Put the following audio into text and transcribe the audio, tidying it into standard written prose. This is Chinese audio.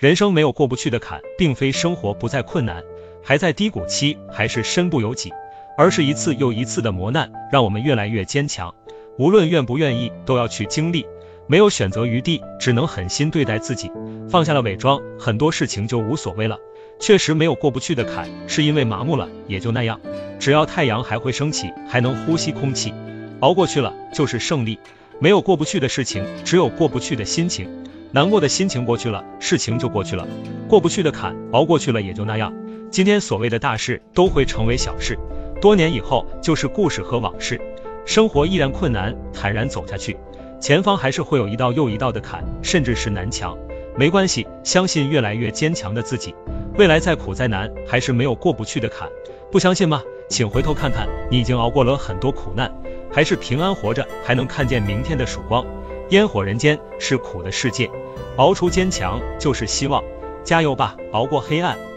人生没有过不去的坎，并非生活不再困难，还在低谷期，还是身不由己，而是一次又一次的磨难，让我们越来越坚强。无论愿不愿意，都要去经历，没有选择余地，只能狠心对待自己，放下了伪装，很多事情就无所谓了。确实没有过不去的坎，是因为麻木了，也就那样。只要太阳还会升起，还能呼吸空气，熬过去了就是胜利。没有过不去的事情，只有过不去的心情。难过的心情过去了，事情就过去了。过不去的坎，熬过去了也就那样。今天所谓的大事，都会成为小事，多年以后就是故事和往事。生活依然困难，坦然走下去，前方还是会有一道又一道的坎，甚至是南墙。没关系，相信越来越坚强的自己，未来再苦再难，还是没有过不去的坎。不相信吗？请回头看看，你已经熬过了很多苦难，还是平安活着，还能看见明天的曙光。烟火人间是苦的世界，熬出坚强就是希望，加油吧，熬过黑暗。